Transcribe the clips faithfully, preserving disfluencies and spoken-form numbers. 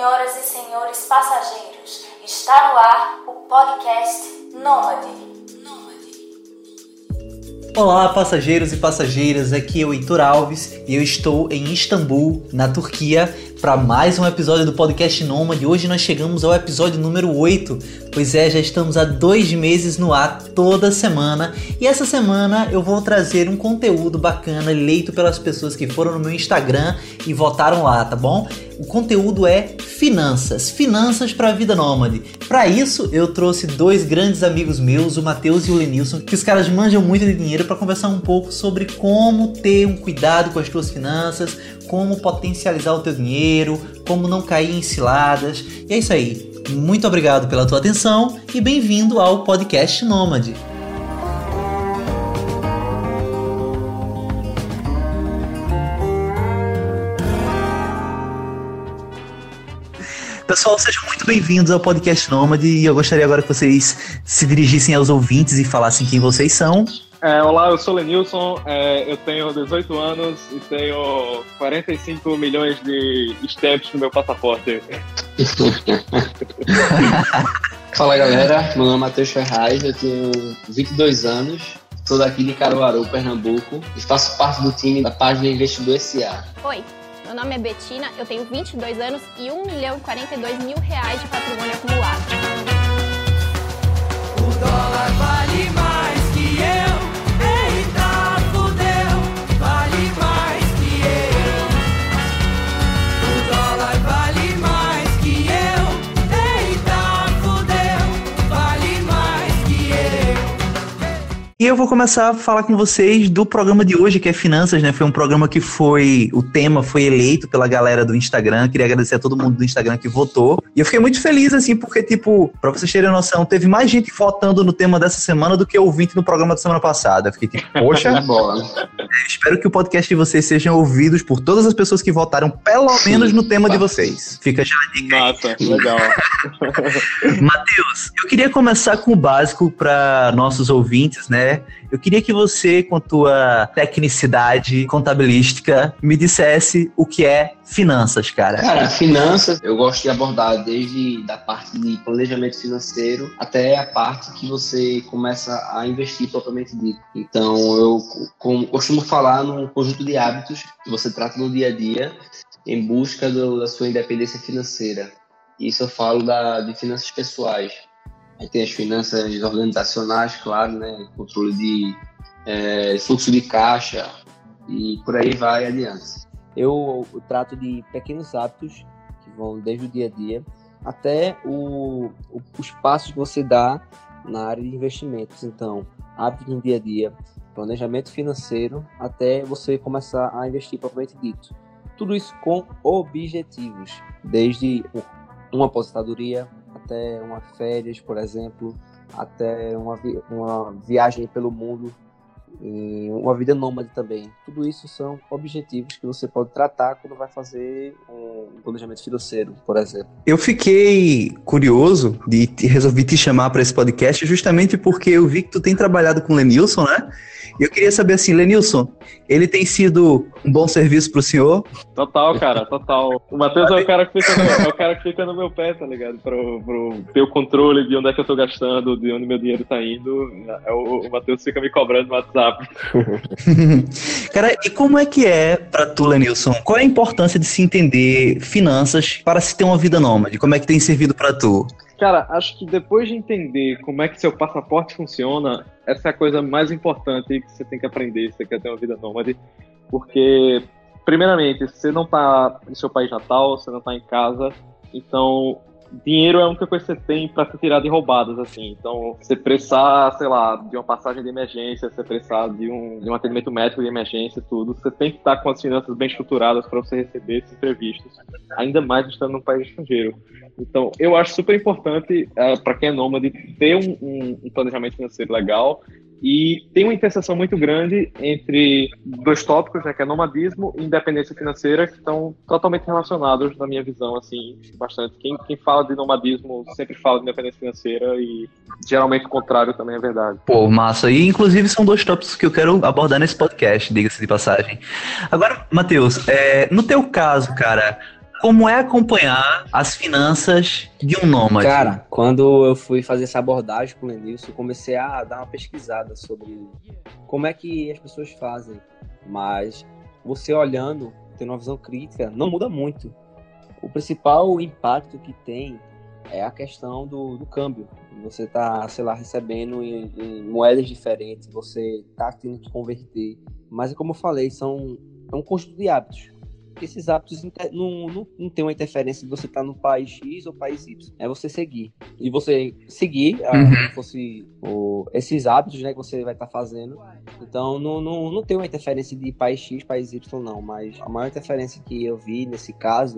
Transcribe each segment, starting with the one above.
Senhoras e senhores passageiros, está no ar o podcast Nômade. Olá, passageiros e passageiras, aqui é o Heitor Alves e eu estou em Istambul, na Turquia, para mais um episódio do podcast Nômade. Hoje nós chegamos ao episódio número oito, pois é, já estamos há dois meses no ar toda semana e essa semana eu vou trazer um conteúdo bacana eleito pelas pessoas que foram no meu Instagram e votaram lá, tá bom? O conteúdo é finanças, finanças para a vida nômade. Para isso, eu trouxe dois grandes amigos meus, o Matheus e o Lenilson, que os caras manjam muito de dinheiro, para conversar um pouco sobre como ter um cuidado com as tuas finanças, como potencializar o teu dinheiro, como não cair em ciladas. E é isso aí. Muito obrigado pela tua atenção e bem-vindo ao podcast Nômade. Pessoal, sejam muito bem-vindos ao podcast Nômade e eu gostaria agora que vocês se dirigissem aos ouvintes e falassem quem vocês são. É, olá, eu sou o Lenilson, é, eu tenho dezoito anos e tenho quarenta e cinco milhões de stamps no meu passaporte. Fala galera, meu nome é Matheus Ferraz, eu tenho vinte e dois anos, sou daqui de Caruaru, Pernambuco e faço parte do time da página Investidor S A. Oi, meu nome é Betina, eu tenho vinte e dois anos e um milhão e quarenta e dois mil reais de patrimônio acumulado. O dólar vale mais que eu, eita fudeu, vale mais que eu. O dólar vale mais que eu, eita fudeu, vale mais que eu. E eu vou começar a falar com vocês do programa de hoje, que é Finanças, né? Foi um programa que foi, o tema foi eleito pela galera do Instagram. Queria agradecer a todo mundo do Instagram que votou. E eu fiquei muito feliz, assim, porque, tipo, pra vocês terem noção, teve mais gente votando no tema dessa semana do que ouvinte no programa da semana passada. Eu fiquei tipo, poxa, bola. Espero que o podcast de vocês sejam ouvidos por todas as pessoas que votaram, pelo menos no tema de vocês. Fica já a dica aí. Massa, legal. Matheus, eu queria começar com o básico para nossos ouvintes, né? Eu queria que você, com tua tecnicidade contabilística, me dissesse o que é finanças, cara. Cara, finanças eu gosto de abordar desde da parte de planejamento financeiro até a parte que você começa a investir propriamente dito. Então, eu como, costumo falar num conjunto de hábitos que você trata no dia a dia em busca do, da sua independência financeira. Isso eu falo da, de finanças pessoais. Aí tem as finanças organizacionais, claro, né? Controle de é, fluxo de caixa e por aí vai adiante. Eu, eu trato de pequenos hábitos que vão desde o dia a dia até o, o, os passos que você dá na área de investimentos. Então, hábitos no dia a dia, planejamento financeiro, até você começar a investir propriamente dito. Tudo isso com objetivos, desde uma aposentadoria, até uma férias, por exemplo, até uma, vi- uma viagem pelo mundo, e uma vida nômade também. Tudo isso são objetivos que você pode tratar quando vai fazer um planejamento financeiro, por exemplo. Eu fiquei curioso de te, resolvi te chamar para esse podcast justamente porque eu vi que tu tem trabalhado com o Lenilson, né? E eu queria saber assim, Lenilson, ele tem sido um bom serviço pro senhor? Total, cara, total. O Matheus é o cara que fica no, é o cara que fica no meu pé, tá ligado? Pro, pro ter o controle de onde é que eu tô gastando, de onde meu dinheiro tá indo. É o, o Matheus fica me cobrando no WhatsApp. Cara, e como é que é pra tu, Lenilson? Qual é a importância de se entender finanças para se ter uma vida nômade? Como é que tem servido pra tu? Cara, acho que depois de entender como é que seu passaporte funciona, essa é a coisa mais importante que você tem que aprender se você quer ter uma vida nômade. Porque, primeiramente, você não tá no seu país natal, você não tá em casa, então dinheiro é a única coisa que você tem pra se tirar de roubadas, assim. Então, você precisar, sei lá, de uma passagem de emergência, você precisar de um, de um atendimento médico de emergência, tudo, você tem que estar com as finanças bem estruturadas para você receber esses imprevistos, ainda mais estando num país estrangeiro. Então, eu acho super importante, uh, para quem é nômade, ter um, um, um planejamento financeiro legal. E tem uma interseção muito grande entre dois tópicos, né, que é nomadismo e independência financeira, que estão totalmente relacionados, na minha visão, assim, bastante. Quem, quem fala de nomadismo sempre fala de independência financeira e geralmente o contrário também é verdade. Pô, massa. E inclusive são dois tópicos que eu quero abordar nesse podcast, diga-se de passagem. Agora, Matheus, é, no teu caso, cara, como é acompanhar as finanças de um nômade? Cara, quando eu fui fazer essa abordagem com o Lenilson, eu comecei a dar uma pesquisada sobre como é que as pessoas fazem. Mas você olhando, tendo uma visão crítica, não muda muito. O principal impacto que tem é a questão do, do câmbio. Você está, sei lá, recebendo em, em moedas diferentes, você está tendo que converter. Mas, como eu falei, são, é um conjunto de hábitos. Esses hábitos inter, não, não, não tem uma interferência de você estar tá no país X ou país Y. É você seguir. E você seguir a, Uhum. como fosse o, esses hábitos, né, que você vai estar tá fazendo. Então, não, não, não tem uma interferência de país X, país Y, não. Mas a maior interferência que eu vi nesse caso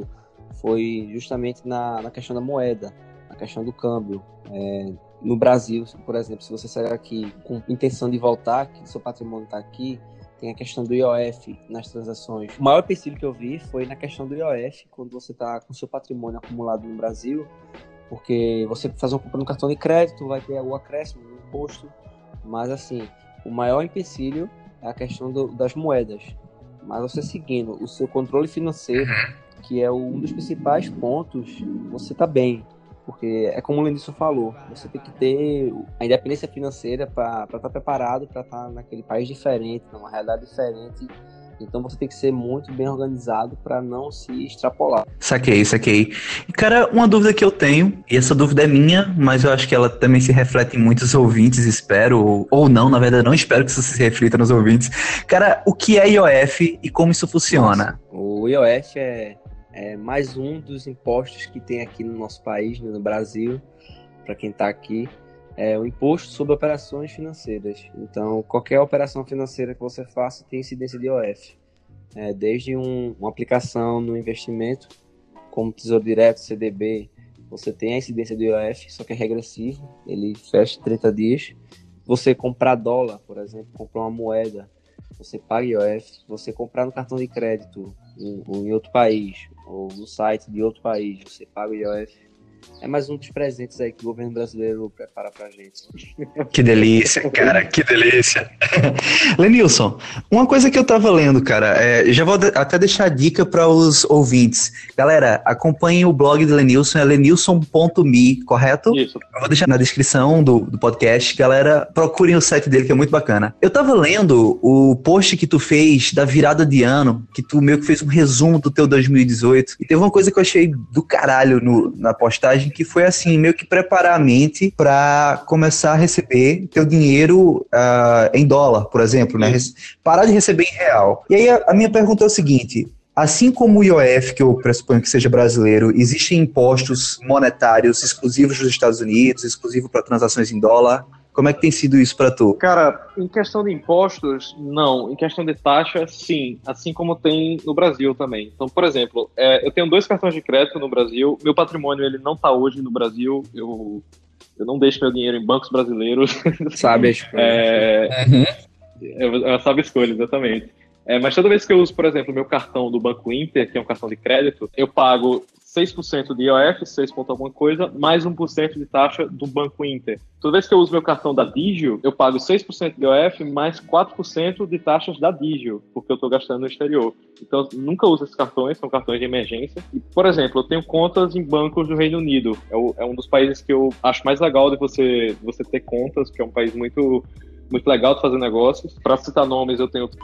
foi justamente na, na questão da moeda, na questão do câmbio. É, no Brasil, por exemplo, se você sair aqui com intenção de voltar, que seu patrimônio está aqui, tem a questão do I O F nas transações. O maior empecilho que eu vi foi na questão do I O F, quando você está com seu patrimônio acumulado no Brasil, porque você faz uma compra no cartão de crédito, vai ter o acréscimo no imposto, mas assim, o maior empecilho é a questão do, das moedas. Mas você seguindo o seu controle financeiro, que é um dos principais pontos, você está bem. Porque é como o Lenilson falou, você tem que ter a independência financeira para estar tá preparado para estar tá naquele país diferente, numa realidade diferente. Então você tem que ser muito bem organizado para não se extrapolar. Saquei, saquei. E, cara, uma dúvida que eu tenho, e essa dúvida é minha, mas eu acho que ela também se reflete em muitos ouvintes, espero, ou, ou não, na verdade, não espero que isso se reflita nos ouvintes. Cara, o que é I O F e como isso funciona? Nossa, o I O F é... É mais um dos impostos que tem aqui no nosso país, no Brasil, para quem está aqui, é o imposto sobre operações financeiras. Então, qualquer operação financeira que você faça tem incidência de I O F. É, desde um, uma aplicação no investimento, como Tesouro Direto, C D B, você tem a incidência de I O F, só que é regressivo, ele fecha trinta dias. Você comprar dólar, por exemplo, comprar uma moeda, você paga I O F. Você comprar no cartão de crédito em, em outro país, ou no site de outro país, você paga o I O F. É mais um dos presentes aí que o governo brasileiro prepara pra gente. Que delícia, cara, que delícia. Lenilson, uma coisa que eu tava lendo, cara, é, já vou até deixar a dica para os ouvintes. Galera, acompanhem o blog do Lenilson, é lenilson ponto me, correto? Isso. Eu vou deixar na descrição do, do podcast. Galera, procurem o site dele, que é muito bacana. Eu tava lendo o post que tu fez da virada de ano, que tu meio que fez um resumo do teu dois mil e dezoito, e teve uma coisa que eu achei do caralho no, na postagem, que foi assim, meio que preparar a mente para começar a receber teu dinheiro uh, em dólar, por exemplo, né? Parar de receber em real. E aí a, a minha pergunta é o seguinte: assim como o I O F, que eu pressuponho que seja brasileiro, existem impostos monetários exclusivos dos Estados Unidos, exclusivos para transações em dólar. Como é que tem sido isso para tu? Cara, em questão de impostos, não. Em questão de taxa, sim. Assim como tem no Brasil também. Então, por exemplo, é, eu tenho dois cartões de crédito no Brasil. Meu patrimônio, ele não está hoje no Brasil. Eu, eu não deixo meu dinheiro em bancos brasileiros. Sabe a escolha. É, Uhum. eu, eu sabe a escolha, exatamente. É, mas toda vez que eu uso, por exemplo, o meu cartão do Banco Inter, que é um cartão de crédito, eu pago seis por cento de I O F, seis ponto alguma coisa, mais um por cento de taxa do Banco Inter. Toda vez que eu uso meu cartão da Digio, eu pago seis por cento de I O F, mais quatro por cento de taxas da Digio, porque eu estou gastando no exterior. Então, eu nunca uso esses cartões, são cartões de emergência. E, por exemplo, eu tenho contas em bancos do Reino Unido. É, o, é um dos países que eu acho mais legal de você, você ter contas, que é um país muito, muito legal de fazer negócios. Para citar nomes, eu tenho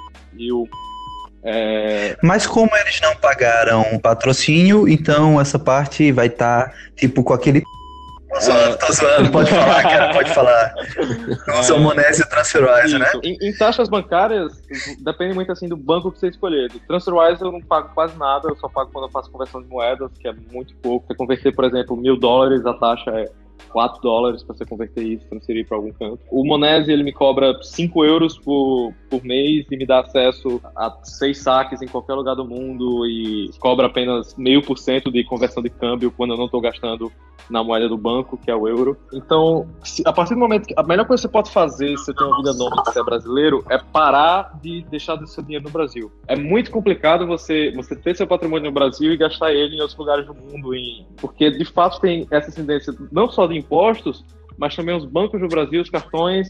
e o É... Mas como eles não pagaram patrocínio, então essa parte vai estar, tá, tipo, com aquele... Tô zoando, tô zoando, pode falar, cara, pode falar. Usa o Monese e o TransferWise, né? Em, em taxas bancárias, depende muito, assim, do banco que você escolher. Do TransferWise eu não pago quase nada, eu só pago quando eu faço conversão de moedas, que é muito pouco. Você converter, por exemplo, mil dólares, a taxa é quatro dólares para você converter isso, transferir para algum canto. O Monese, ele me cobra cinco euros por, por mês e me dá acesso a seis saques em qualquer lugar do mundo e cobra apenas meio por cento de conversão de câmbio quando eu não estou gastando na moeda do banco, que é o euro. Então, se, a partir do momento que a melhor coisa que você pode fazer se você tem uma vida nômade e você é brasileiro é parar de deixar de seu dinheiro no Brasil. É muito complicado você, você ter seu patrimônio no Brasil e gastar ele em outros lugares do mundo, em, porque de fato tem essa tendência não só de impostos, mas também os bancos do Brasil, os cartões,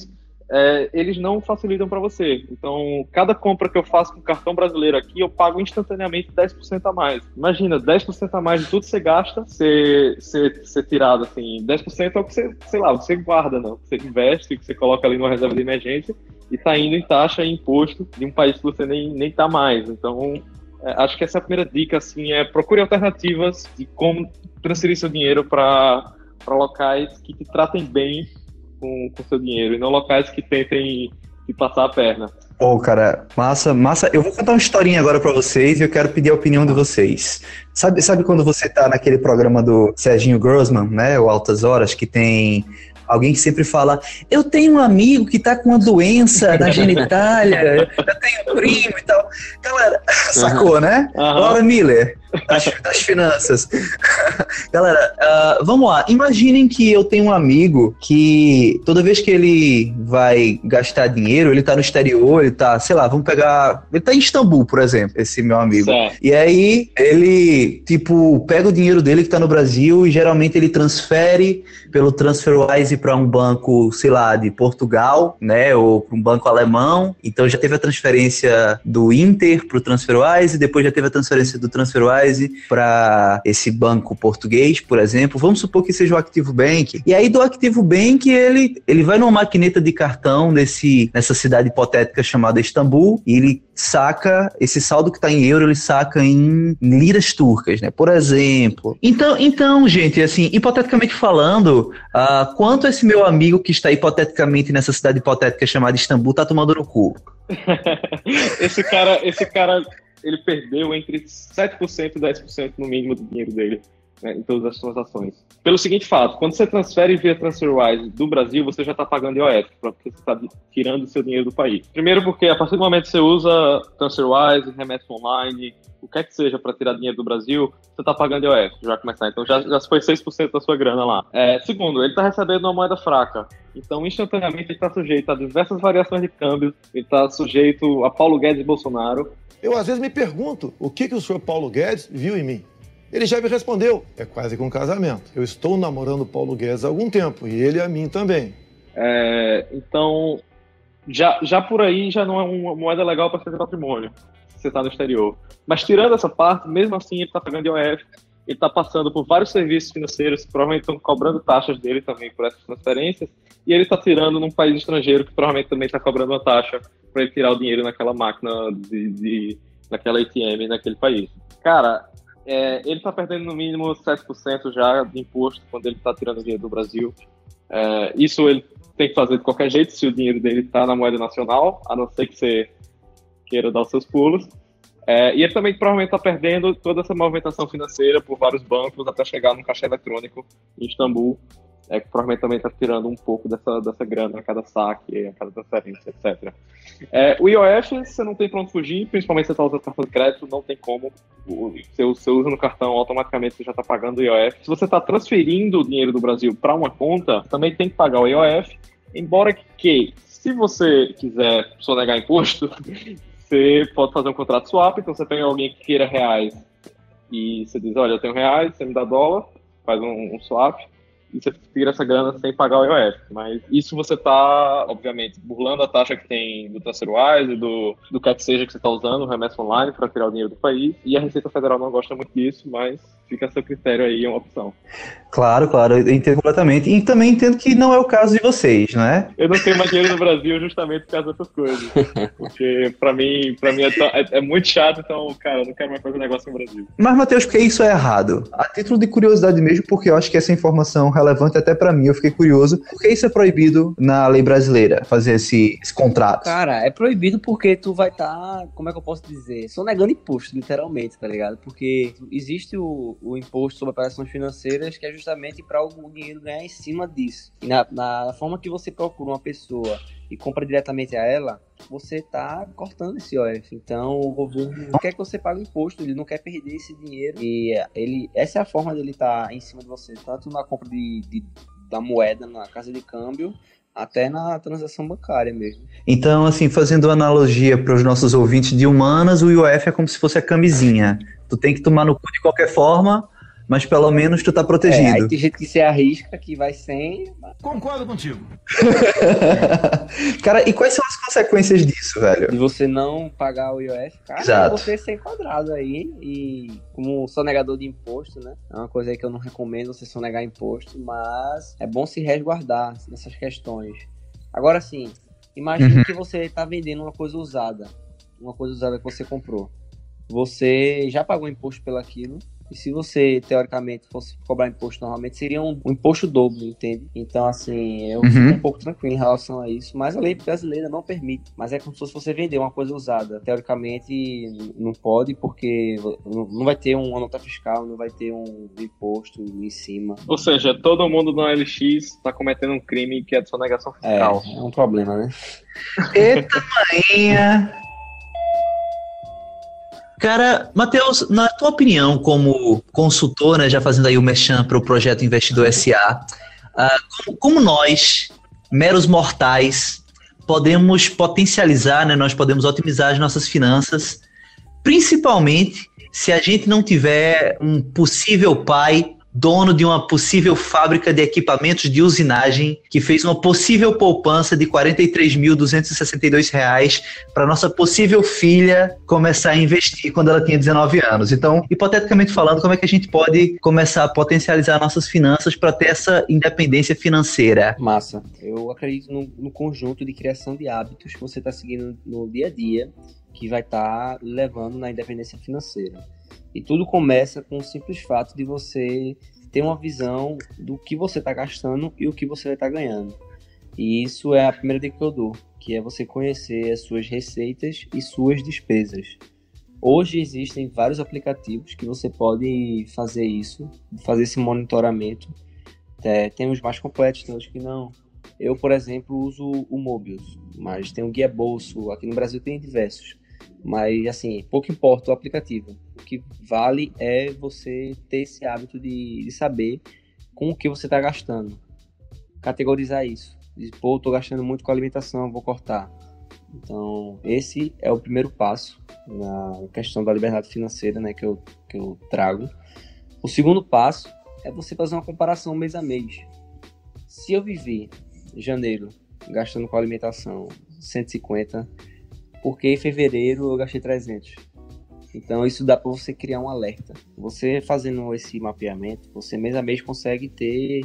é, eles não facilitam para você. Então, cada compra que eu faço com cartão brasileiro aqui, eu pago instantaneamente dez por cento a mais. Imagina, dez por cento a mais de tudo que você gasta, ser, ser, ser tirado, assim. dez por cento é o que você, sei lá, você guarda, não. Você investe, que você coloca ali numa reserva de emergência e tá indo em taxa e imposto de um país que você nem, nem tá mais. Então, é, acho que essa é a primeira dica, assim, é procure alternativas de como transferir seu dinheiro para locais que te tratem bem com o seu dinheiro, e não locais que tentem te passar a perna. Pô, cara, massa, massa. Eu vou contar uma historinha agora pra vocês e eu quero pedir a opinião de vocês. Sabe, sabe quando você tá naquele programa do Serginho Grossman, né, o Altas Horas, que tem alguém que sempre fala, eu tenho um amigo que tá com uma doença na genitália, eu tenho um primo e tal. Galera, sacou, né? Uhum. Laura Miller, das, das finanças. Galera, uh, vamos lá. Imaginem que eu tenho um amigo que toda vez que ele vai gastar dinheiro, ele tá no exterior, ele tá, sei lá, vamos pegar... Ele tá em Istambul, por exemplo, esse meu amigo. Certo. E aí, ele, tipo, pega o dinheiro dele que tá no Brasil e geralmente ele transfere pelo TransferWise para um banco, sei lá, de Portugal, né, ou para um banco alemão. Então já teve a transferência do Inter para o TransferWise, depois já teve a transferência do TransferWise para esse banco português, por exemplo. Vamos supor que seja o Activo Bank. E aí do Activo Bank ele, ele vai numa maquineta de cartão desse, nessa cidade hipotética chamada Istambul e ele saca esse saldo que está em euro, ele saca em liras turcas, né, por exemplo. Então, então gente, assim, hipoteticamente falando, uh, quanto esse meu amigo que está hipoteticamente nessa cidade hipotética chamada Istambul tá tomando no cu? esse cara, esse cara, ele perdeu entre sete por cento e dez por cento no mínimo do dinheiro dele, né, em todas as transações. Pelo seguinte fato, quando você transfere via TransferWise do Brasil, você já está pagando I O F, porque você está tirando o seu dinheiro do país. Primeiro porque a partir do momento que você usa TransferWise, remessa online, o que é que seja para tirar dinheiro do Brasil, você está pagando I O F, já começar. Então já, já foi seis por cento da sua grana lá. É, segundo, ele está recebendo uma moeda fraca. Então, instantaneamente, ele está sujeito a diversas variações de câmbio, ele está sujeito a Paulo Guedes e Bolsonaro. Eu, às vezes, me pergunto o que, que o senhor Paulo Guedes viu em mim. Ele já me respondeu, é quase que um casamento. Eu estou namorando o Paulo Guedes há algum tempo, e ele a mim também. É, então, já, já por aí já não é uma moeda legal para fazer patrimônio, se você está no exterior. Mas tirando essa parte, mesmo assim ele está pagando I O F, ele está passando por vários serviços financeiros que provavelmente estão cobrando taxas dele também por essas transferências, e ele está tirando num país estrangeiro que provavelmente também está cobrando uma taxa para ele tirar o dinheiro naquela máquina, de, de, naquela A T M naquele país. Cara, é, ele está perdendo no mínimo sete por cento já de imposto quando ele está tirando o dinheiro do Brasil. É, isso ele tem que fazer de qualquer jeito se o dinheiro dele está na moeda nacional, a não ser que você queira dar os seus pulos. É, e ele também provavelmente está perdendo toda essa movimentação financeira por vários bancos até chegar no caixa eletrônico em Istambul, é, que provavelmente também está tirando um pouco dessa, dessa grana a cada saque, a cada transferência, etcétera. É, o I O F, você não tem para onde fugir, principalmente se você está usando cartão de crédito, não tem como. Você, você usa no cartão, automaticamente você já está pagando o I O F. Se você está transferindo o dinheiro do Brasil para uma conta, também tem que pagar o I O F, embora que, se você quiser sonegar imposto, você pode fazer um contrato swap, então você pega alguém que queira reais e você diz, olha, eu tenho reais, você me dá dólar, faz um, um swap, e você tira essa grana sem pagar o I O F. Mas isso você está, obviamente, burlando a taxa que tem do TransferWise, do, do que é que seja que você está usando, o remessa online, para tirar o dinheiro do país. E a Receita Federal não gosta muito disso, mas fica a seu critério aí, é uma opção. Claro, claro, eu entendo completamente. E também entendo que não é o caso de vocês, né? Eu não tenho mais dinheiro no Brasil justamente por causa dessas coisas. Porque pra mim, pra mim é, tão, é, é muito chato, então, cara, eu não quero mais fazer negócio no Brasil. Mas, Matheus, por que isso é errado? A título de curiosidade mesmo, porque eu acho que essa informação é relevante até pra mim, eu fiquei curioso. Por que isso é proibido na lei brasileira, fazer esse, esse contrato? Cara, é proibido porque tu vai estar, tá, como é que eu posso dizer, sonegando imposto, literalmente, tá ligado? Porque existe o, o imposto sobre operações financeiras que é justamente para o dinheiro ganhar em cima disso. E na, na forma que você procura uma pessoa e compra diretamente a ela, você está cortando esse I O F. Então o governo não quer que você pague imposto, ele não quer perder esse dinheiro. E ele, essa é a forma dele estar tá em cima de você, tanto na compra de, de, da moeda na casa de câmbio, até na transação bancária mesmo. Então, assim, fazendo analogia para os nossos ouvintes de humanas, o I O F é como se fosse a camisinha. Tu tem que tomar no cu de qualquer forma, mas pelo menos tu tá É, protegido. aí tem gente que se arrisca, que vai sem. Concordo contigo. Cara, e quais são as consequências disso, velho? De você não pagar o I O F, cara, Exato. é você ser enquadrado aí. E como sonegador de imposto, né? É uma coisa aí que eu não recomendo você sonegar imposto, mas é bom se resguardar nessas questões. Agora sim, imagine Uhum. que você tá vendendo uma coisa usada. Uma coisa usada que você comprou. Você já pagou imposto pelaquilo. E se você, teoricamente, fosse cobrar imposto normalmente, seria um, um imposto dobro, entende? Então, assim, eu Uhum. fico um pouco tranquilo em relação a isso. Mas a lei brasileira não permite. Mas é como se fosse você vender uma coisa usada. Teoricamente, não pode, porque não vai ter uma nota fiscal, não vai ter um imposto em cima. Ou seja, todo mundo no L X está cometendo um crime que é de sonegação É, fiscal. é um problema, né? Eita, mainha! Cara, Matheus, na tua opinião, como consultor, né, já fazendo aí o merchan para o Projeto Investidor S A, ah, como, como nós, meros mortais, podemos potencializar, né, nós podemos otimizar as nossas finanças, principalmente se a gente não tiver um possível pai dono de uma possível fábrica de equipamentos de usinagem que fez uma possível poupança de quarenta e três mil duzentos e sessenta e dois reais para nossa possível filha começar a investir quando ela tinha dezenove anos. Então, hipoteticamente falando, como é que a gente pode começar a potencializar nossas finanças para ter essa independência financeira? Massa. Eu acredito no, no conjunto de criação de hábitos que você está seguindo no dia a dia, que vai estar levando na independência financeira. E tudo começa com o simples fato de você ter uma visão do que você está gastando e o que você vai estar ganhando. E isso é a primeira dica que eu dou, que é você conhecer as suas receitas e suas despesas. Hoje existem vários aplicativos que você pode fazer isso, fazer esse monitoramento. É, tem os mais completos, tem os que não. Eu, por exemplo, uso o Mobius, mas tem o Guia Bolso, aqui no Brasil tem diversos. Mas, assim, pouco importa o aplicativo. O que vale é você ter esse hábito de, de saber com o que você está gastando. Categorizar isso. Diz, pô, estou gastando muito com alimentação, vou cortar. Então, esse é o primeiro passo na questão da liberdade financeira, né, que eu, que eu trago. O segundo passo é você fazer uma comparação mês a mês. Se eu vivi em janeiro gastando com alimentação cento e cinquenta, porque em fevereiro eu gastei trezentos. Então isso dá para você criar um alerta. Você fazendo esse mapeamento, você mês a mês consegue ter,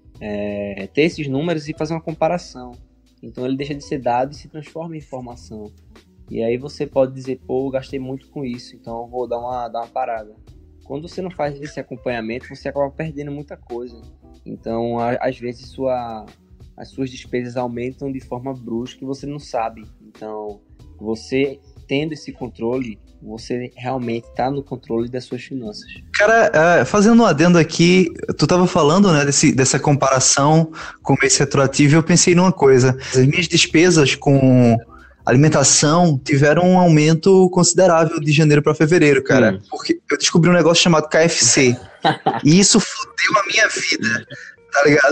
é, ter esses números e fazer uma comparação. Então ele deixa de ser dado e se transforma em informação. E aí você pode dizer, pô, eu gastei muito com isso, então eu vou dar uma, dar uma parada. Quando você não faz esse acompanhamento, você acaba perdendo muita coisa. Então, a, às vezes, sua, as suas despesas aumentam de forma brusca e você não sabe. Então, você tendo esse controle, você realmente está no controle das suas finanças. Cara, é, fazendo um adendo aqui, tu tava falando, né, desse, dessa comparação com o mês retroativo, eu pensei numa coisa. As minhas despesas com alimentação tiveram um aumento considerável de janeiro para fevereiro, cara. Hum. Porque eu descobri um negócio chamado K F C. E isso fudeu a minha vida. Tá ligado?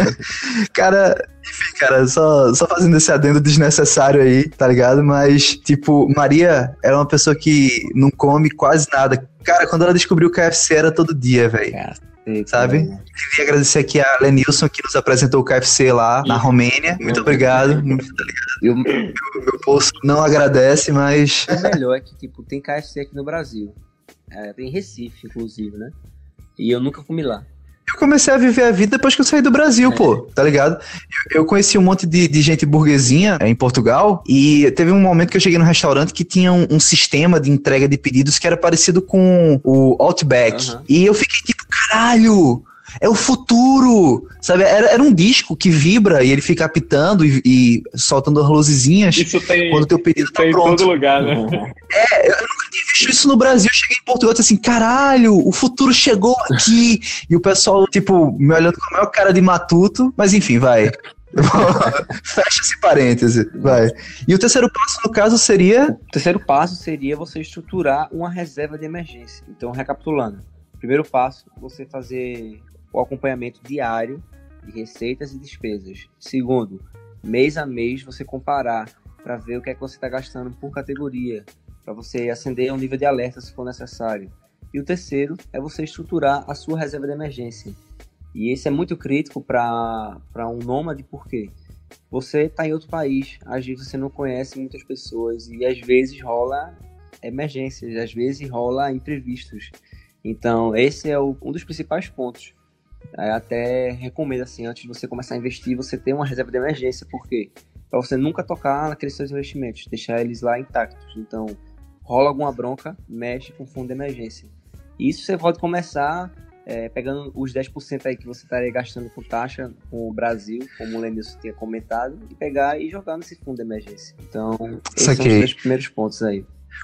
Cara, enfim, cara, só, só fazendo esse adendo desnecessário aí, tá ligado? Mas, tipo, Maria era uma pessoa que não come quase nada. Cara, quando ela descobriu o K F C era todo dia, velho. Sabe? Queria agradecer aqui a Lenilson que nos apresentou o K F C lá na Romênia. Muito obrigado. Muito, tá ligado? Eu... Meu, meu bolso não agradece, mas... O melhor é que, tipo, tem K F C aqui no Brasil. É, tem Recife, inclusive, né? E eu nunca comi lá. Eu comecei a viver a vida depois que eu saí do Brasil, é. pô, tá ligado? Eu, eu conheci um monte de, de gente burguesinha em Portugal e teve um momento que eu cheguei num restaurante que tinha um, um sistema de entrega de pedidos que era parecido com o Outback. Uhum. E eu fiquei tipo, caralho, é o futuro, sabe? Era, era um disco que vibra e ele fica apitando e, e soltando as luzezinhas tem, quando o teu pedido tá tem pronto. Em todo lugar, né? É, eu nunca tinha visto isso no Brasil. Eu cheguei em Portugal e disse assim, caralho, o futuro chegou aqui. E o pessoal, tipo, me olhando com a maior cara de matuto. Mas enfim, vai. Fecha esse parêntese, vai. E o terceiro passo, no caso, seria... O terceiro passo seria você estruturar uma reserva de emergência. Então, recapitulando. Primeiro passo, você fazer o acompanhamento diário de receitas e despesas. Segundo, mês a mês, você comparar para ver o que é que você está gastando por categoria, para você acender um nível de alerta se for necessário. E o terceiro é você estruturar a sua reserva de emergência. E esse é muito crítico para um nômade, por quê? Você está em outro país, às vezes você não conhece muitas pessoas e às vezes rola emergências, às vezes rola imprevistos. Então, esse é o, um dos principais pontos. Eu até recomendo, assim, antes de você começar a investir, você ter uma reserva de emergência. Por quê? Para você nunca tocar naqueles seus investimentos, deixar eles lá intactos. Então, rola alguma bronca, mexe com o fundo de emergência. Isso você pode começar é, pegando os dez por cento aí que você estaria gastando com taxa com o Brasil, como o Lenilson tinha comentado, e pegar e jogar nesse fundo de emergência. Então, esses são os três primeiros pontos aí.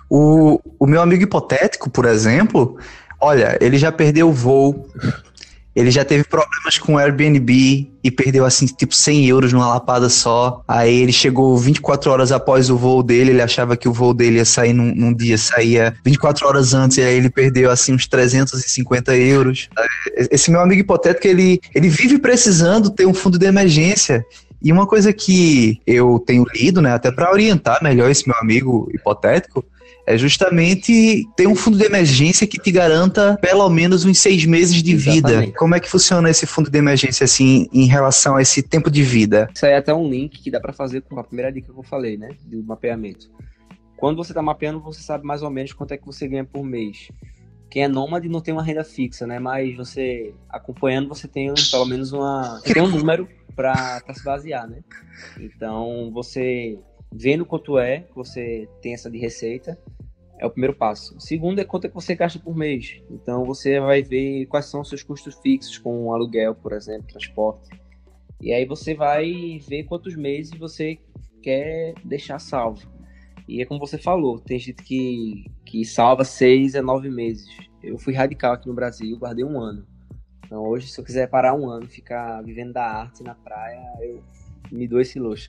O, o meu amigo hipotético, por exemplo, olha, ele já perdeu o voo, ele já teve problemas com o Airbnb e perdeu, assim, tipo cem euros numa lapada só. Aí ele chegou vinte e quatro horas após o voo dele, ele achava que o voo dele ia sair num, num dia, saía vinte e quatro horas antes, e aí ele perdeu, assim, uns trezentos e cinquenta euros. Esse meu amigo hipotético, ele, ele vive precisando ter um fundo de emergência. E uma coisa que eu tenho lido, né, até para orientar melhor esse meu amigo hipotético, é justamente ter um fundo de emergência que te garanta pelo menos uns seis meses de Exatamente. vida. Como é que funciona esse fundo de emergência, assim, em relação a esse tempo de vida? Isso aí é até um link que dá para fazer com a primeira dica que eu falei, né, do mapeamento. Quando você está mapeando, você sabe mais ou menos quanto é que você ganha por mês. Quem é nômade não tem uma renda fixa, né, mas você, acompanhando, você tem pelo menos uma... Você tem um número para se basear, né? Então, você... vendo quanto é, você tem essa de receita, é o primeiro passo. O segundo é quanto é que você gasta por mês. Então você vai ver quais são os seus custos fixos com aluguel, por exemplo, transporte. E aí você vai ver quantos meses você quer deixar salvo. E é como você falou, tem gente que, que salva seis a nove meses. Eu fui radical aqui no Brasil, guardei um ano. Então hoje, se eu quiser parar um ano, ficar vivendo da arte na praia, eu me dou esse luxo.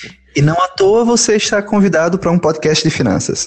E não à toa você está convidado para um podcast de finanças.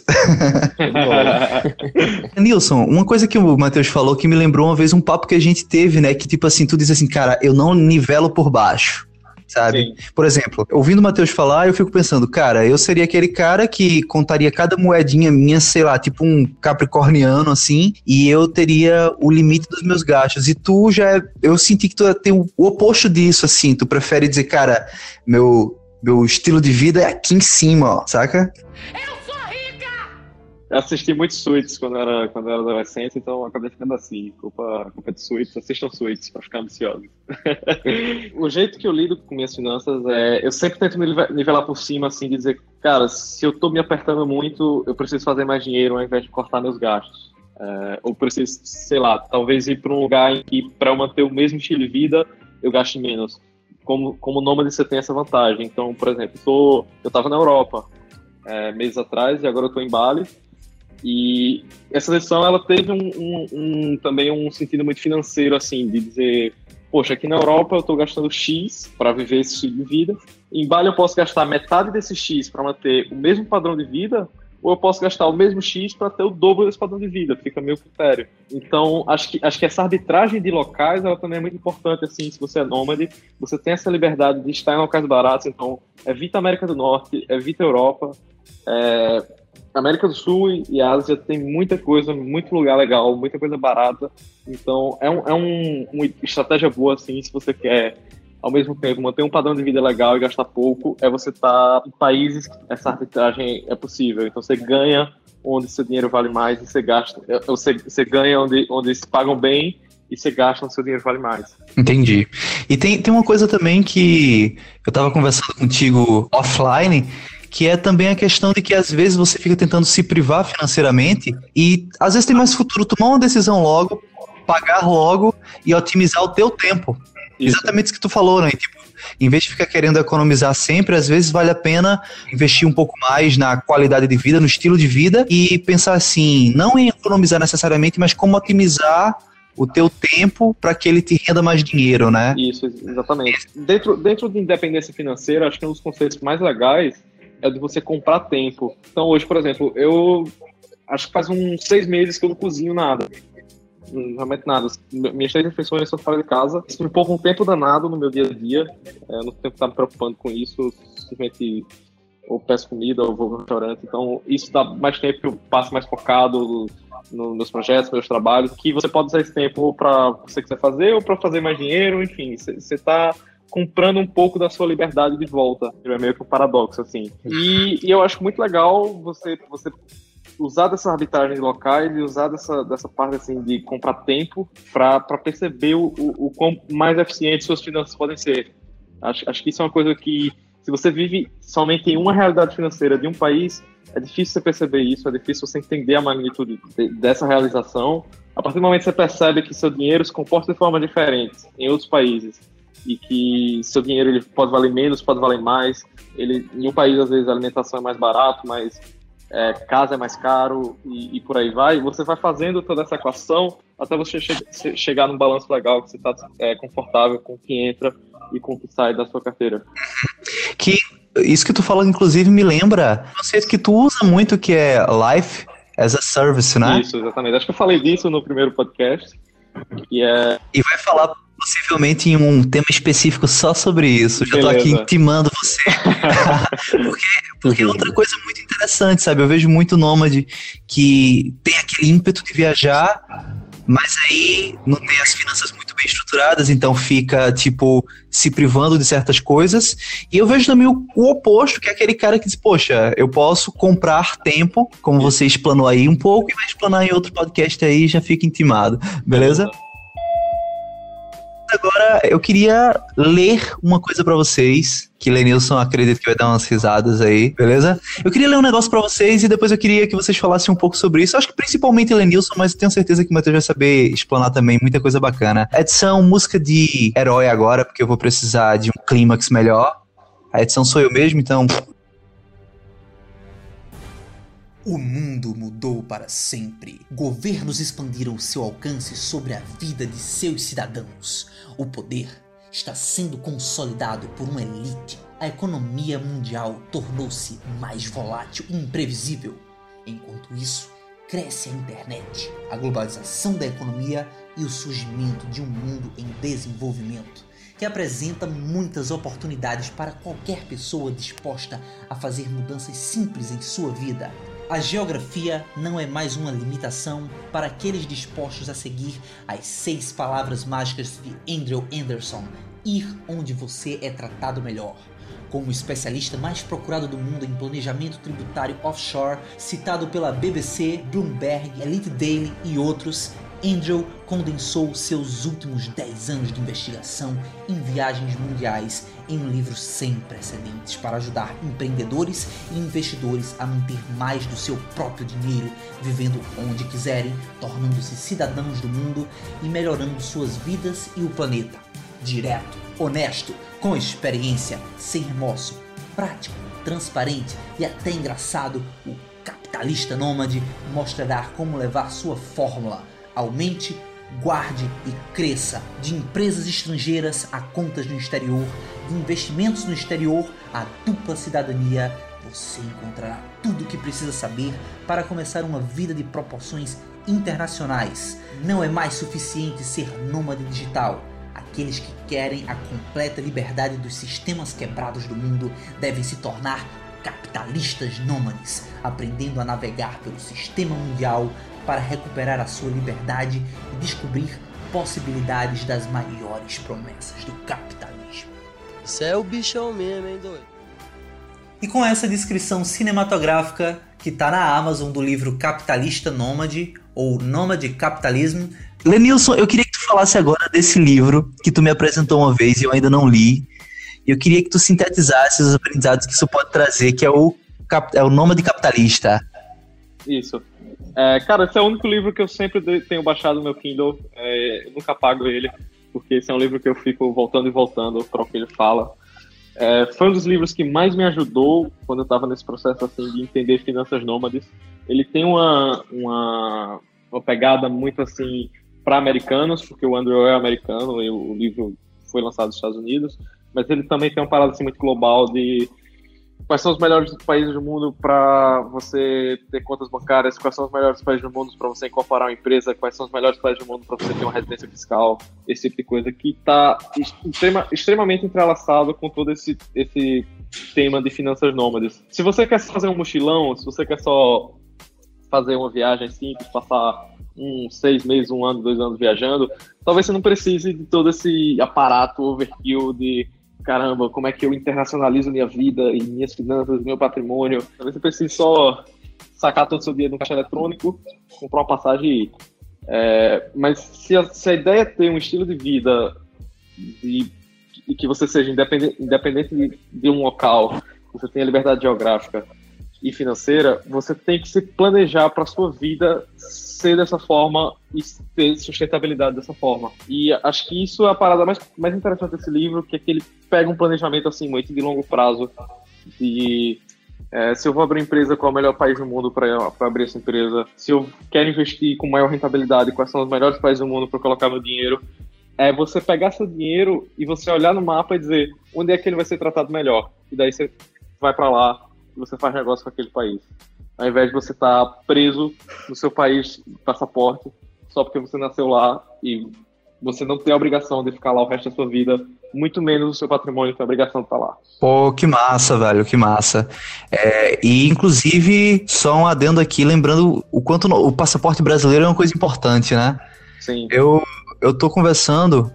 Nilson, uma coisa que o Matheus falou que me lembrou uma vez um papo que a gente teve, né? Que tipo assim, tu diz assim, cara, eu não nivelo por baixo, sabe? Sim. Por exemplo, ouvindo o Matheus falar, eu fico pensando, cara, eu seria aquele cara que contaria cada moedinha minha, sei lá, tipo um capricorniano, assim, e eu teria o limite dos meus gastos. E tu já, eu senti que tu tem o oposto disso, assim, tu prefere dizer, cara, meu... meu estilo de vida é aqui em cima, ó, saca? Eu sou rica! Eu assisti muitos Suits quando era, quando era adolescente, então eu acabei ficando assim. Culpa, culpa de Suits, assistam Suits pra ficar ambicioso. O jeito que eu lido com minhas finanças é... Eu sempre tento me nivelar por cima, assim, de dizer, cara, se eu tô me apertando muito, eu preciso fazer mais dinheiro ao invés de cortar meus gastos. É, ou preciso, sei lá, talvez ir pra um lugar em que, pra eu manter o mesmo estilo de vida, eu gaste menos. Como, como nômade você tem essa vantagem. Então, por exemplo, tô, eu estava na Europa é, meses atrás e agora eu estou em Bali. E essa decisão ela teve um, um, um, também um sentido muito financeiro, assim, de dizer, poxa, aqui na Europa eu estou gastando X para viver esse estilo de vida. Em Bali eu posso gastar metade desse X para manter o mesmo padrão de vida, ou eu posso gastar o mesmo X para ter o dobro desse padrão de vida, fica meu critério. Então, acho que, acho que essa arbitragem de locais, ela também é muito importante, assim, se você é nômade, você tem essa liberdade de estar em locais baratos, então, evita a América do Norte, evita a Europa, é, América do Sul e Ásia tem muita coisa, muito lugar legal, muita coisa barata, então, é, um, é um, uma estratégia boa, assim, se você quer... ao mesmo tempo, manter um padrão de vida legal e gastar pouco, é você estar em países que essa arbitragem é possível. Então você ganha onde seu dinheiro vale mais e você gasta. Você, você ganha onde, onde se pagam bem e você gasta onde seu dinheiro vale mais. Entendi. E tem, tem uma coisa também que eu estava conversando contigo offline, que é também a questão de que às vezes você fica tentando se privar financeiramente e às vezes tem mais futuro tomar uma decisão logo, pagar logo e otimizar o teu tempo. Isso. Exatamente isso que tu falou, né? Tipo, em vez de ficar querendo economizar sempre, às vezes vale a pena investir um pouco mais na qualidade de vida, no estilo de vida e pensar assim, não em economizar necessariamente, mas como otimizar o teu tempo para que ele te renda mais dinheiro, né? Isso, exatamente. Dentro, dentro de independência financeira, acho que um dos conceitos mais legais é de você comprar tempo. Então hoje, por exemplo, eu acho que faz uns seis meses que eu não cozinho nada. Realmente nada. Minhas três refeições são fora de casa. Isso me poupa um tempo danado no meu dia a dia. É, eu não tenho que estar me preocupando com isso. Simplesmente ou peço comida ou vou no restaurante. Então isso dá mais tempo que eu passo mais focado nos meus projetos, meus trabalhos, que você pode usar esse tempo para o que você quiser fazer ou para fazer mais dinheiro, enfim, você está comprando um pouco da sua liberdade de volta. É meio que um paradoxo, assim. E, e eu acho muito legal você, você usar dessas arbitragens locais e usar dessa, dessa parte assim, de comprar tempo para perceber o, o, o quão mais eficientes suas finanças podem ser. Acho, acho que isso é uma coisa que, se você vive somente em uma realidade financeira de um país, é difícil você perceber isso, é difícil você entender a magnitude de, dessa realização. A partir do momento que você percebe que seu dinheiro se comporta de forma diferente em outros países e que seu dinheiro ele pode valer menos, pode valer mais, ele, em um país às vezes a alimentação é mais barato, mas é, casa é mais caro e, e por aí vai, você vai fazendo toda essa equação até você che- chegar num balanço legal, que você está é, confortável com o que entra e com o que sai da sua carteira. Que isso que tu fala, inclusive, me lembra um conceito que tu usa muito, que é Life as a Service, né? Isso, exatamente. Acho que eu falei disso no primeiro podcast. Que é... E vai falar possivelmente em um tema específico só sobre isso. Já tô aqui intimando você. porque, porque é outra coisa muito interessante, sabe? Eu vejo muito nômade que tem aquele ímpeto de viajar, mas aí não tem as finanças muito bem estruturadas, então fica, tipo, se privando de certas coisas. E eu vejo também o, o oposto, que é aquele cara que diz, poxa, eu posso comprar tempo, como você explanou aí um pouco, e vai explanar em outro podcast aí, já fica intimado, beleza? Agora, eu queria ler uma coisa pra vocês, que Lenilson acredito que vai dar umas risadas aí, beleza? Eu queria ler um negócio pra vocês e depois eu queria que vocês falassem um pouco sobre isso. Eu acho que principalmente Lenilson, mas eu tenho certeza que o Matheus vai saber explanar também muita coisa bacana. Edição, música de herói agora, porque eu vou precisar de um clímax melhor. A edição sou eu mesmo, então... O mundo mudou para sempre. Governos expandiram seu alcance sobre a vida de seus cidadãos. O poder está sendo consolidado por uma elite. A economia mundial tornou-se mais volátil e imprevisível. Enquanto isso, cresce a internet, a globalização da economia e o surgimento de um mundo em desenvolvimento, que apresenta muitas oportunidades para qualquer pessoa disposta a fazer mudanças simples em sua vida. A geografia não é mais uma limitação para aqueles dispostos a seguir as seis palavras mágicas de Andrew Anderson: ir onde você é tratado melhor. Como o especialista mais procurado do mundo em planejamento tributário offshore, citado pela B B C, Bloomberg, Elite Daily e outros, Andrew condensou seus últimos dez anos de investigação em viagens mundiais em um livro sem precedentes para ajudar empreendedores e investidores a manter mais do seu próprio dinheiro, vivendo onde quiserem, tornando-se cidadãos do mundo e melhorando suas vidas e o planeta. Direto, honesto, com experiência, sem remorso, prático, transparente e até engraçado, o capitalista nômade mostrará como levar sua fórmula. Aumente, guarde e cresça, de empresas estrangeiras a contas no exterior, de investimentos no exterior a dupla cidadania. Você encontrará tudo o que precisa saber para começar uma vida de proporções internacionais. Não é mais suficiente ser nômade digital. Aqueles que querem a completa liberdade dos sistemas quebrados do mundo devem se tornar capitalistas nômades, aprendendo a navegar pelo sistema mundial para recuperar a sua liberdade e descobrir possibilidades das maiores promessas do capitalismo. Você é o bichão mesmo, hein, doido? E com essa descrição cinematográfica que tá na Amazon do livro Capitalista Nômade, ou Nômade Capitalism. Lenilson, eu queria que tu falasse agora desse livro que tu me apresentou uma vez e eu ainda não li. E eu queria que tu sintetizasse os aprendizados que isso pode trazer, que é o, é o Nômade Capitalista. Isso. É, cara, esse é o único livro que eu sempre tenho baixado no meu Kindle. É, eu nunca apago ele, porque esse é um livro que eu fico voltando e voltando para o que ele fala. É, foi um dos livros que mais me ajudou quando eu estava nesse processo assim, de entender finanças nômades. Ele tem uma, uma, uma pegada muito assim para americanos, porque o Andrew é americano e o livro foi lançado nos Estados Unidos, mas ele também tem uma parada assim, muito global de quais são os melhores países do mundo para você ter contas bancárias, quais são os melhores países do mundo para você incorporar uma empresa, quais são os melhores países do mundo para você ter uma residência fiscal, esse tipo de coisa que está extrema, extremamente entrelaçado com todo esse, esse tema de finanças nômades. Se você quer fazer um mochilão, se você quer só fazer uma viagem simples, passar um, seis meses, um ano, dois anos viajando, talvez você não precise de todo esse aparato overkill de caramba, como é que eu internacionalizo minha vida e minhas finanças, meu patrimônio. Talvez você precise só sacar todo o seu dinheiro no caixa eletrônico, comprar uma passagem e ir. É, mas se a, se a ideia é ter um estilo de vida de, e que você seja independente, independente de, de um local, você tenha liberdade geográfica e financeira, você tem que se planejar para a sua vida ser dessa forma e ter sustentabilidade dessa forma. E acho que isso é a parada mais, mais interessante desse livro, que é que ele pega um planejamento assim muito de longo prazo, de é, se eu vou abrir empresa, qual é o melhor país do mundo para abrir essa empresa, se eu quero investir com maior rentabilidade, quais são os melhores países do mundo para colocar meu dinheiro. É você pegar seu dinheiro e você olhar no mapa e dizer onde é que ele vai ser tratado melhor. E daí você vai para lá e você faz negócio com aquele país. Ao invés de você estar preso no seu país de passaporte só porque você nasceu lá e você não tem a obrigação de ficar lá o resto da sua vida, muito menos o seu patrimônio tem a obrigação de estar lá. Pô, que massa, velho, que massa. É, e, inclusive, só um adendo aqui, lembrando o quanto o passaporte brasileiro é uma coisa importante, né? Sim. Eu, eu tô conversando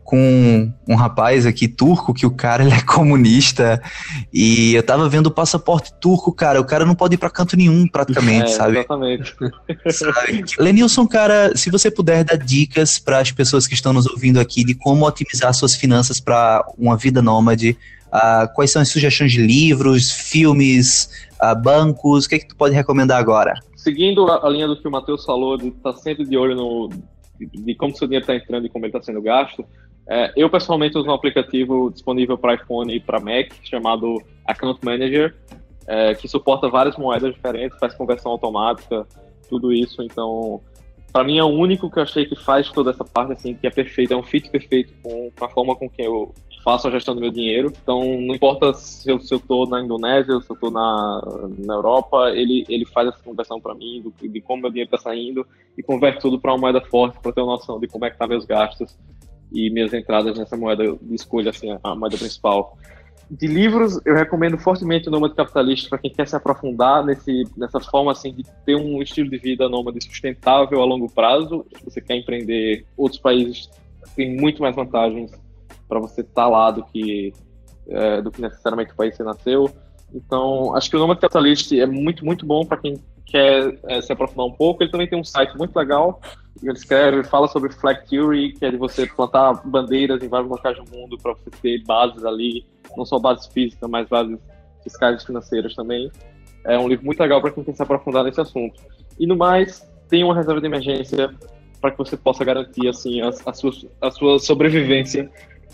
com um rapaz aqui turco, que o cara ele é comunista, e eu tava vendo o passaporte turco, cara, o cara não pode ir pra canto nenhum, praticamente, é, sabe? Exatamente. Sabe? Lenilson, cara, se você puder dar dicas para as pessoas que estão nos ouvindo aqui de como otimizar suas finanças para uma vida nômade, uh, quais são as sugestões de livros, filmes, uh, bancos, o que é que tu pode recomendar agora? Seguindo a, a linha do que o Matheus falou, de estar sempre de olho no, de, de como seu dinheiro está entrando e como ele está sendo gasto, É, eu pessoalmente uso um aplicativo disponível para iPhone e para Mac chamado Account Manager, é, que suporta várias moedas diferentes, faz conversão automática, tudo isso. Então, para mim é o único que eu achei que faz toda essa parte, assim, que é perfeito, é um fit perfeito com, com a forma com que eu faço a gestão do meu dinheiro. Então, não importa se eu, se eu tô na Indonésia, se eu tô na, na Europa, ele, ele faz essa conversão para mim, do, de como meu dinheiro está saindo, e converte tudo para uma moeda forte, para ter uma noção de como é que tá meus gastos e minhas entradas nessa moeda de escolha, assim, a moeda principal. De livros, eu recomendo fortemente o Nômade Capitalista para quem quer se aprofundar nesse, nessa forma, assim, de ter um estilo de vida nômade sustentável a longo prazo. Se você quer empreender, outros países têm muito mais vantagens para você estar lá do que, é, do que necessariamente o país que você nasceu. Então, acho que o Nômade Capitalista é muito, muito bom para quem quer é, se aprofundar um pouco. Ele também tem um site muito legal, ele escreve, fala sobre Flag Theory, que é de você plantar bandeiras em vários locais do mundo para você ter bases ali, não só bases físicas, mas bases fiscais e financeiras também. É um livro muito legal para quem quer se aprofundar nesse assunto. E no mais, tem uma reserva de emergência para que você possa garantir assim, a, a, sua, a sua sobrevivência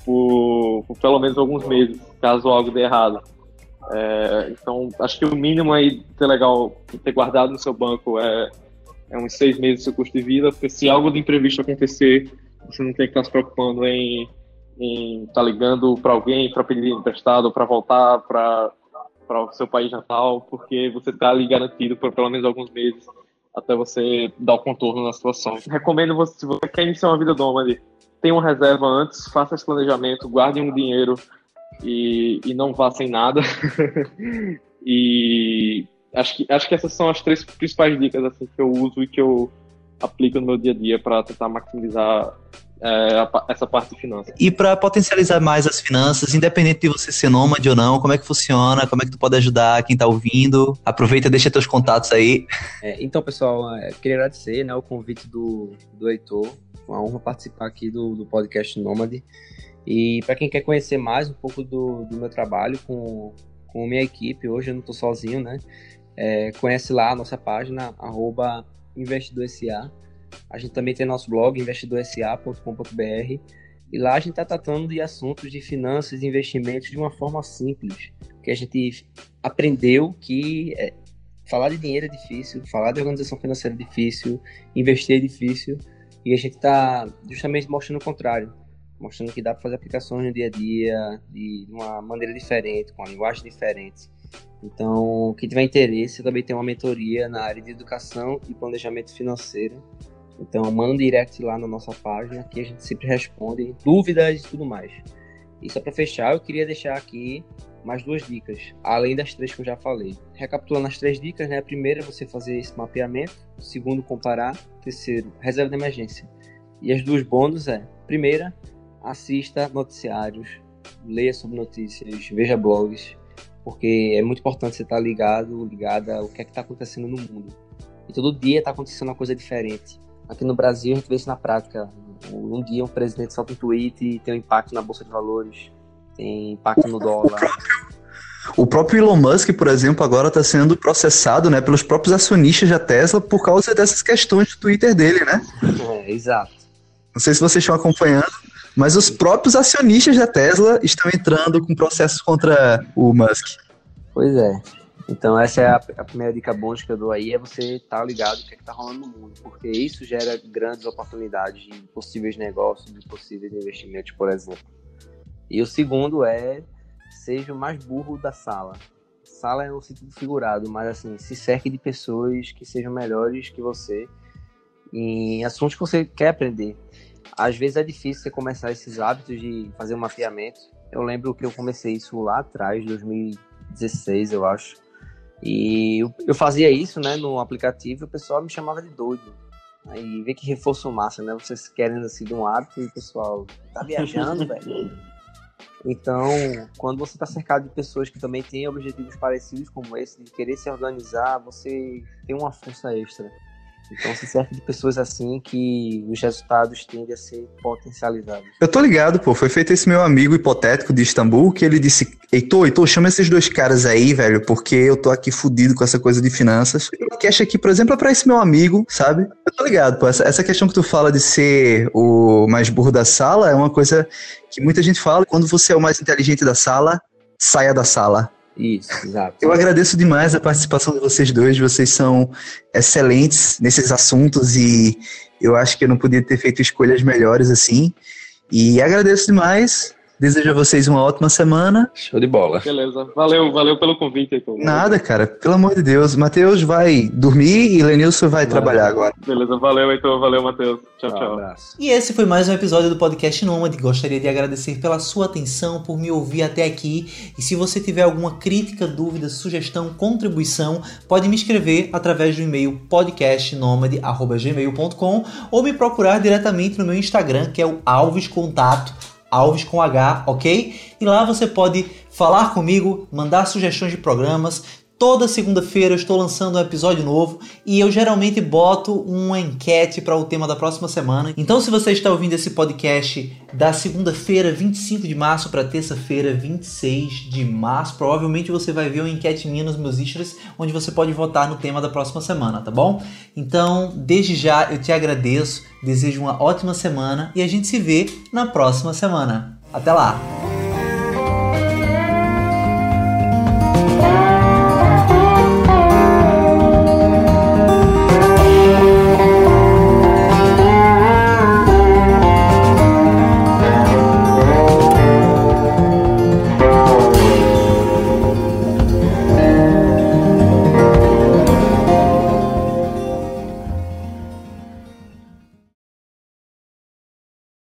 por, por pelo menos alguns meses, caso algo dê errado. É, então, acho que o mínimo aí ter legal ter guardado no seu banco é, é uns seis meses do seu custo de vida, porque se algo de imprevisto acontecer, você não tem que estar se preocupando em estar tá ligando para alguém para pedir emprestado ou para voltar para o seu país natal, porque você está ali garantido por pelo menos alguns meses até você dar o contorno na situação. Recomendo você, se você quer iniciar uma vida nômade, tenha uma reserva antes, faça esse planejamento, guarde um dinheiro e, e não vá sem nada. E acho que, acho que essas são as três principais dicas assim, que eu uso e que eu aplico no meu dia a dia para tentar maximizar é, a, essa parte de finanças. E para potencializar mais as finanças, independente de você ser nômade ou não, como é que funciona? Como é que tu pode ajudar quem está ouvindo? Aproveita e deixa teus contatos aí. É, então, pessoal, é, queria agradecer, né, o convite do, do Heitor. Foi uma honra participar aqui do, do podcast Nômade. E para quem quer conhecer mais um pouco do, do meu trabalho com, com minha equipe, hoje eu não estou sozinho, né? É, conhece lá a nossa página, arroba investidorsa. A gente também tem nosso blog, investidorsa ponto com ponto b r. E lá a gente está tratando de assuntos de finanças e investimentos de uma forma simples. Porque a gente aprendeu que é, falar de dinheiro é difícil, falar de organização financeira é difícil, investir é difícil. E a gente está justamente mostrando o contrário. Mostrando que dá para fazer aplicações no dia a dia, de uma maneira diferente, com uma linguagem diferente. Então, quem tiver interesse, eu também tenho uma mentoria na área de educação e planejamento financeiro. Então, manda um direct lá na nossa página, que a gente sempre responde dúvidas e tudo mais. E só para fechar, eu queria deixar aqui mais duas dicas, além das três que eu já falei. Recapitulando as três dicas, né? A primeira é você fazer esse mapeamento. O segundo, comparar. O terceiro, reserva de emergência. E as duas bônus é, primeira, assista noticiários, leia sobre notícias, veja blogs, porque é muito importante você estar ligado, ligada ao que é que está acontecendo no mundo. E todo dia está acontecendo uma coisa diferente. Aqui no Brasil a gente vê isso na prática. Um dia um presidente solta um tweet e tem um impacto na Bolsa de Valores, tem impacto no dólar. O próprio Elon Musk, por exemplo, agora está sendo processado, né, pelos próprios acionistas da Tesla por causa dessas questões do Twitter dele, né? É, exato. Não sei se vocês estão acompanhando, mas os próprios acionistas da Tesla estão entrando com processos contra o Musk. Pois é. Então essa é a, a primeira dica bônus que eu dou aí, é você estar ligado no que é está rolando no mundo, porque isso gera grandes oportunidades de possíveis negócios, de possíveis investimentos, por exemplo. E o segundo é, seja o mais burro da sala. Sala é um sentido figurado, mas assim, se cerque de pessoas que sejam melhores que você em assuntos que você quer aprender. Às vezes é difícil você começar esses hábitos de fazer um mapeamento. Eu lembro que eu comecei isso lá atrás, dois mil e dezesseis, eu acho. E eu, eu fazia isso, né, no aplicativo, e o pessoal me chamava de doido. Aí vê que reforço massa, né? Vocês querendo assim de um hábito e o pessoal tá viajando, velho. Então, quando você está cercado de pessoas que também têm objetivos parecidos como esse, de querer se organizar, você tem uma força extra. Então se cerca de pessoas assim que os resultados tendem a ser potencializados. Eu tô ligado, pô. Foi feito esse meu amigo hipotético de Istambul, que ele disse, Heitor, Heitor, chama esses dois caras aí, velho, porque eu tô aqui fudido com essa coisa de finanças. O podcast aqui, por exemplo, é pra esse meu amigo, sabe? Eu tô ligado, pô. Essa, essa questão que tu fala de ser o mais burro da sala é uma coisa que muita gente fala. Quando você é o mais inteligente da sala, saia da sala. Isso, exato. Eu agradeço demais a participação de vocês dois, vocês são excelentes nesses assuntos e eu acho que eu não podia ter feito escolhas melhores assim. E agradeço demais, desejo a vocês uma ótima semana. Show de bola. Beleza, valeu, valeu pelo convite, Heitor. Nada, cara, pelo amor de Deus. Matheus vai dormir e Lenilson vai valeu. trabalhar agora. Beleza, valeu, Heitor, valeu, Matheus. Tchau, tchau. Um abraço. E esse foi mais um episódio do Podcast Nômade. Gostaria de agradecer pela sua atenção, por me ouvir até aqui. E se você tiver alguma crítica, dúvida, sugestão, contribuição, pode me escrever através do e-mail podcast nomade arroba gmail ponto com ou me procurar diretamente no meu Instagram, que é o Alves Contato, Alves com H, ok? E lá você pode falar comigo, mandar sugestões de programas. Toda segunda-feira eu estou lançando um episódio novo e eu geralmente boto uma enquete para o tema da próxima semana. Então, se você está ouvindo esse podcast da segunda-feira, vinte e cinco de março, para terça-feira, vinte e seis de março, provavelmente você vai ver uma enquete minha nos meus stories, onde você pode votar no tema da próxima semana, tá bom? Então, desde já eu te agradeço, desejo uma ótima semana e a gente se vê na próxima semana. Até lá!